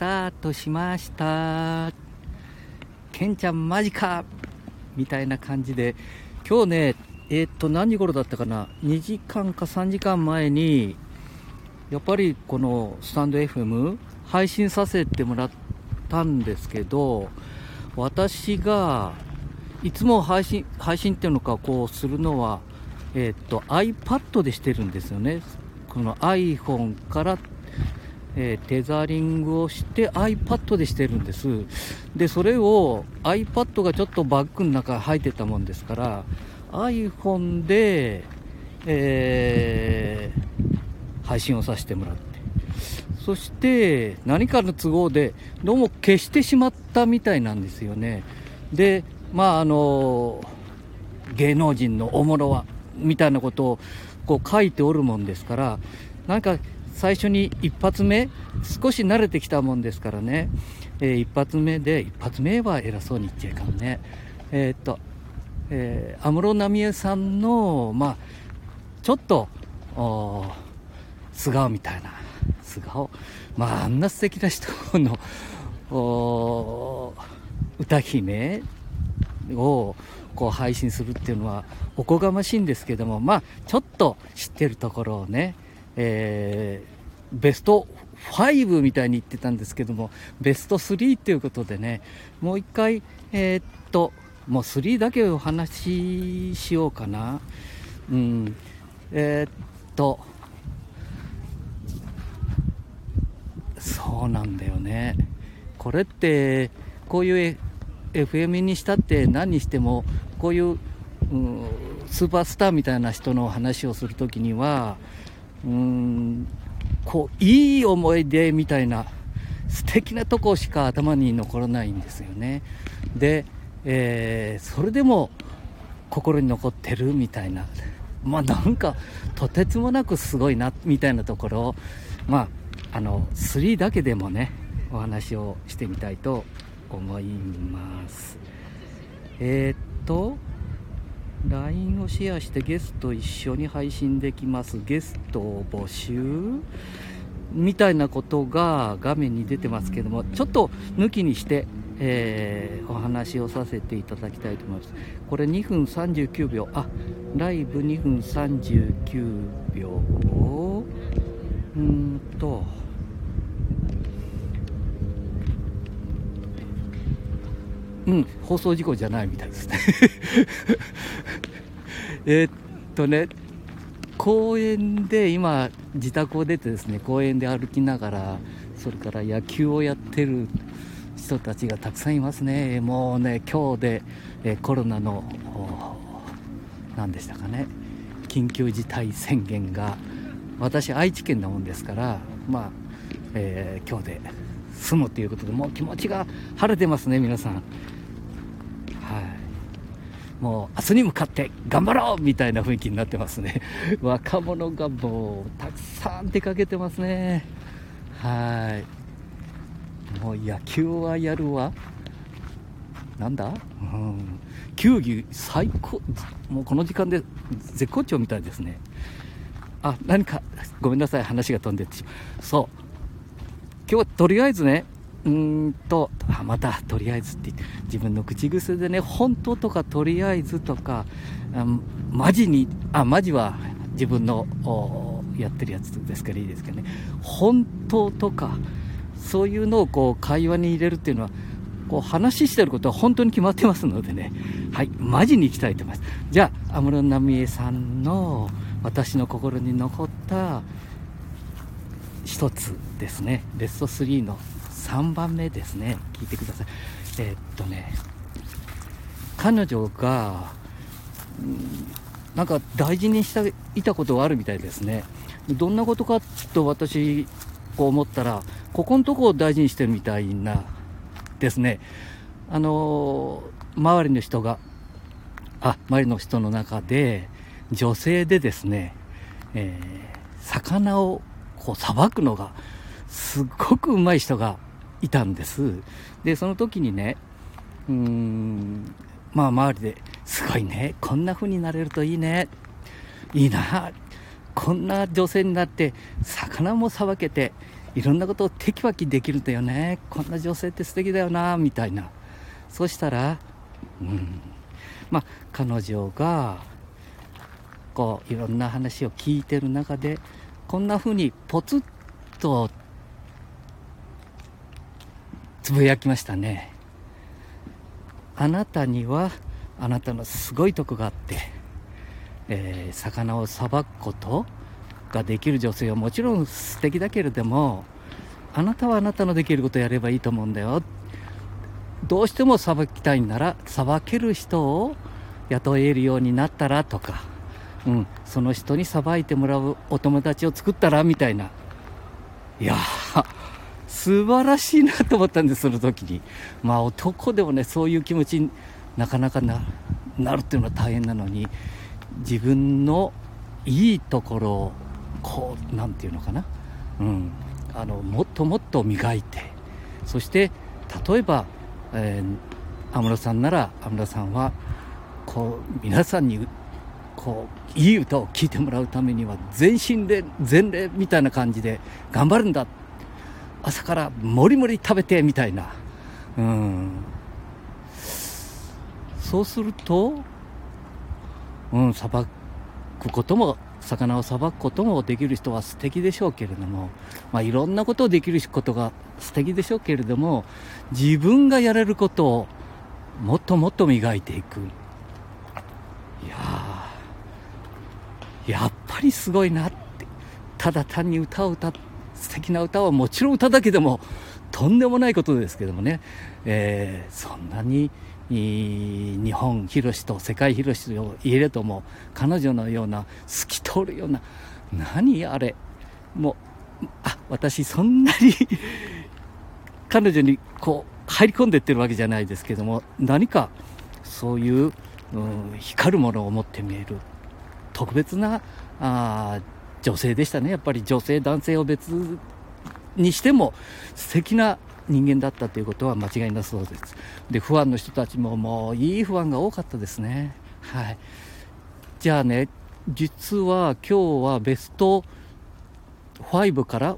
タートしました。ケンちゃんマジかみたいな感じで、今日ね何時頃だったかな、2時間か3時間前にやっぱりこのスタンド FM 配信させてもらったんですけど、私がいつも配信っていうのかこうするのは、iPad でしてるんですよね。この iPhone からテザリングをして iPad でしてるんです。でそれを iPad がちょっとバッグの中に入ってたもんですから iPhone で、配信をさせてもらって、そして何かの都合でどうも消してしまったみたいなんですよね。で芸能人のおもろはみたいなことをこう書いておるもんですから、なんか最初に一発目少し慣れてきたもんですからね、一発目は偉そうに言っちゃいかんね。安室奈美恵さんのちょっと素顔みたいな素顔、あんな素敵な人の歌姫をこう配信するっていうのはおこがましいんですけども、ちょっと知ってるところをね、ベスト5みたいに言ってたんですけども、ベスト3ということでね、もう一回もう3だけお話ししようかな。そうなんだよね。これってこういうFM にしたって何にしてもこういう、スーパースターみたいな人の話をするときにはこういい思い出みたいな素敵なとこしか頭に残らないんですよね。で、それでも心に残ってるみたいな、なんかとてつもなくすごいなみたいなところを3だけでもねお話をしてみたいと思います。LINE をシェアしてゲスト一緒に配信できます、ゲストを募集みたいなことが画面に出てますけども、ちょっと抜きにして、お話をさせていただきたいと思います。これ2分39秒ライブ2分39秒放送事故じゃないみたいですね公園で今自宅を出てですね、公園で歩きながら、それから野球をやってる人たちがたくさんいますね。もうね今日で、コロナの何でしたかね、緊急事態宣言が、私愛知県なもんですから今日で済むということで、もう気持ちが晴れてますね皆さん。もう明日に向かって頑張ろうみたいな雰囲気になってますね。若者がもうたくさん出かけてますね。もう野球はやるわ、球技最高、もうこの時間で絶好調みたいですね。何かごめんなさい、話が飛んでってしまう。そう、今日はとりあえずねまたとりあえずって自分の口癖でね、本当とかとりあえずとかマジは自分のやってるやつですからいいですけどね、本当とかそういうのをこう会話に入れるっていうのは、こう話してることは本当に決まってますのでね、マジに行きたいと思います。じゃあ安室奈美恵さんの私の心に残った一つですね、ベスト3の3番目ですね、聞いてください。彼女がなんか大事にしていたことがあるみたいですね。どんなことかと私こう思ったら、ここのとこを大事にしてるみたいなですね。周りの人の中で女性でですね、魚をこうさばくのがすっごくうまい人がいたんです。でその時にね、周りですごいね、こんな風になれるといいね、いいな、こんな女性になって魚もさばけていろんなことをテキパキできるんだよね、こんな女性って素敵だよなみたいな。そうしたら、彼女がこういろんな話を聞いてる中でこんな風にポツッとつぶやきましたね。あなたにはあなたのすごいとこがあって、魚をさばくことができる女性はもちろん素敵だけれども、あなたはあなたのできることをやればいいと思うんだよ。どうしてもさばきたいならさばける人を雇えるようになったらとか、その人にさばいてもらうお友達を作ったらみたいな。いや素晴らしいなと思ったんです、その時に。男でもね、そういう気持ちになかなか なるっていうのは大変なのに、自分のいいところをこうなんていうのかな、もっともっと磨いて、そして例えば、安室さんなら安室さんはこう皆さんにこういい歌を聴いてもらうためには全身で全霊みたいな感じで頑張るんだ、朝からもりもり食べてみたいな、そうすると、さばくことも魚をさばくこともできる人は素敵でしょうけれども、いろんなことをできることが素敵でしょうけれども、自分がやれることをもっともっと磨いていく。やっぱりすごいなって。ただ単に歌を素敵な歌はもちろん歌だけでもとんでもないことですけどもね、そんなに日本広しと世界広しを言えるとも彼女のような透き通るような、何あれ、もう私そんなに彼女にこう入り込んでってるわけじゃないですけども、何かそういう、光るものを持って見える特別な女性でしたね。やっぱり女性男性を別にしても素敵な人間だったということは間違いなそうです。で、ファンの人たちももういいファンが多かったですね。じゃあね、実は今日はベスト5から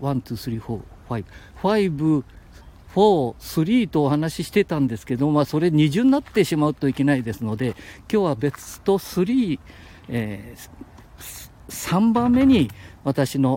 1、2、3、4、5、4、3とお話ししてたんですけど、それ二重になってしまうといけないですので、今日はベスト3、3番目に私の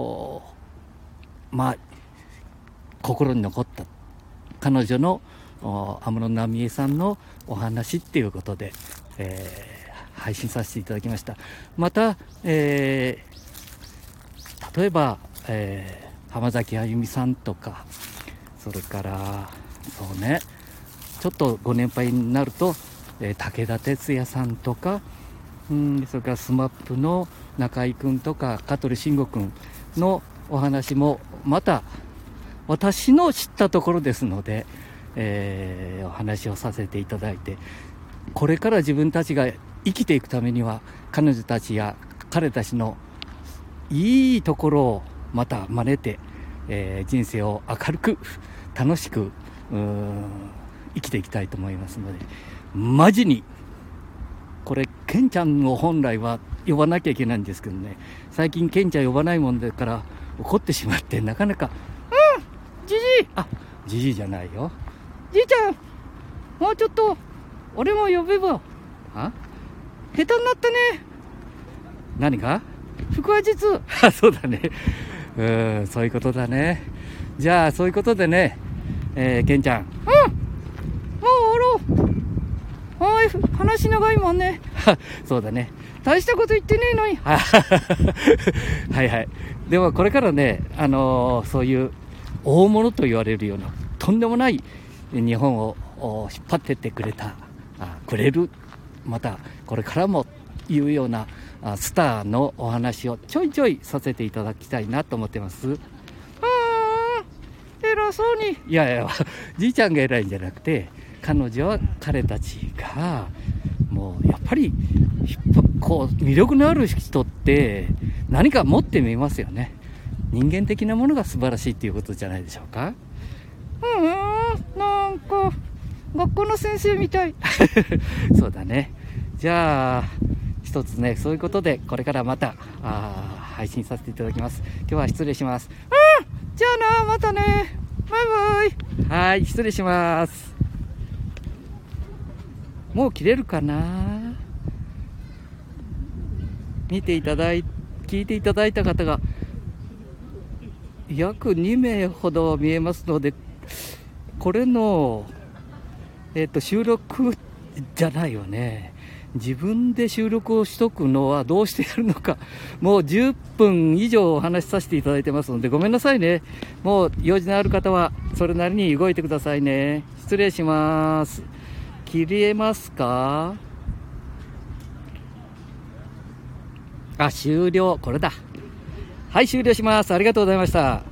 心に残った彼女の安室奈美恵さんのお話っていうことで、配信させていただきました。また、例えば、浜崎あゆみさんとか、それからそうね、ちょっとご年配になると、武田鉄矢さんとか、それからスマップの中居君とか香取慎吾君のお話もまた私の知ったところですので、お話をさせていただいて、これから自分たちが生きていくためには彼女たちや彼たちのいいところをまた真似て、人生を明るく楽しく生きていきたいと思いますので、マジにこれケンちゃんを本来は呼ばなきゃいけないんですけどね、最近ケンちゃん呼ばないもんだから怒ってしまって、なかなかじじいじゃないよ、じいちゃんもうちょっと俺も呼べば。下手になったね。何が腹話術そうだね、そういうことだね。じゃあそういうことでね、ケンちゃん、もう終わろう。はい、話長いもんねそうだね、大したこと言ってねえのにはいでもこれからね、そういう大物と言われるようなとんでもない日本を引っ張ってってくれる、またこれからもいうようなスターのお話をちょいちょいさせていただきたいなと思ってます。偉そうに。いやじいちゃんが偉いんじゃなくて、彼たちがもうやっぱりこう魅力のある人って何か持って見えますよね。人間的なものが素晴らしいっていうことじゃないでしょうか。なんか学校の先生みたいそうだね。じゃあ一つね、そういうことでこれからまた配信させていただきます。今日は失礼します。じじゃあな、またね。バイバイ。はい、失礼します。もう切れるかな。聞いていただいた方が約2名ほど見えますので、これの、収録じゃないよね。自分で収録をしとくのはどうしてやるのか。もう10分以上お話しさせていただいてますので、ごめんなさいね。もう用事のある方はそれなりに動いてくださいね。失礼します。切れますか？あ、終了。これだ。はい、終了します。ありがとうございました。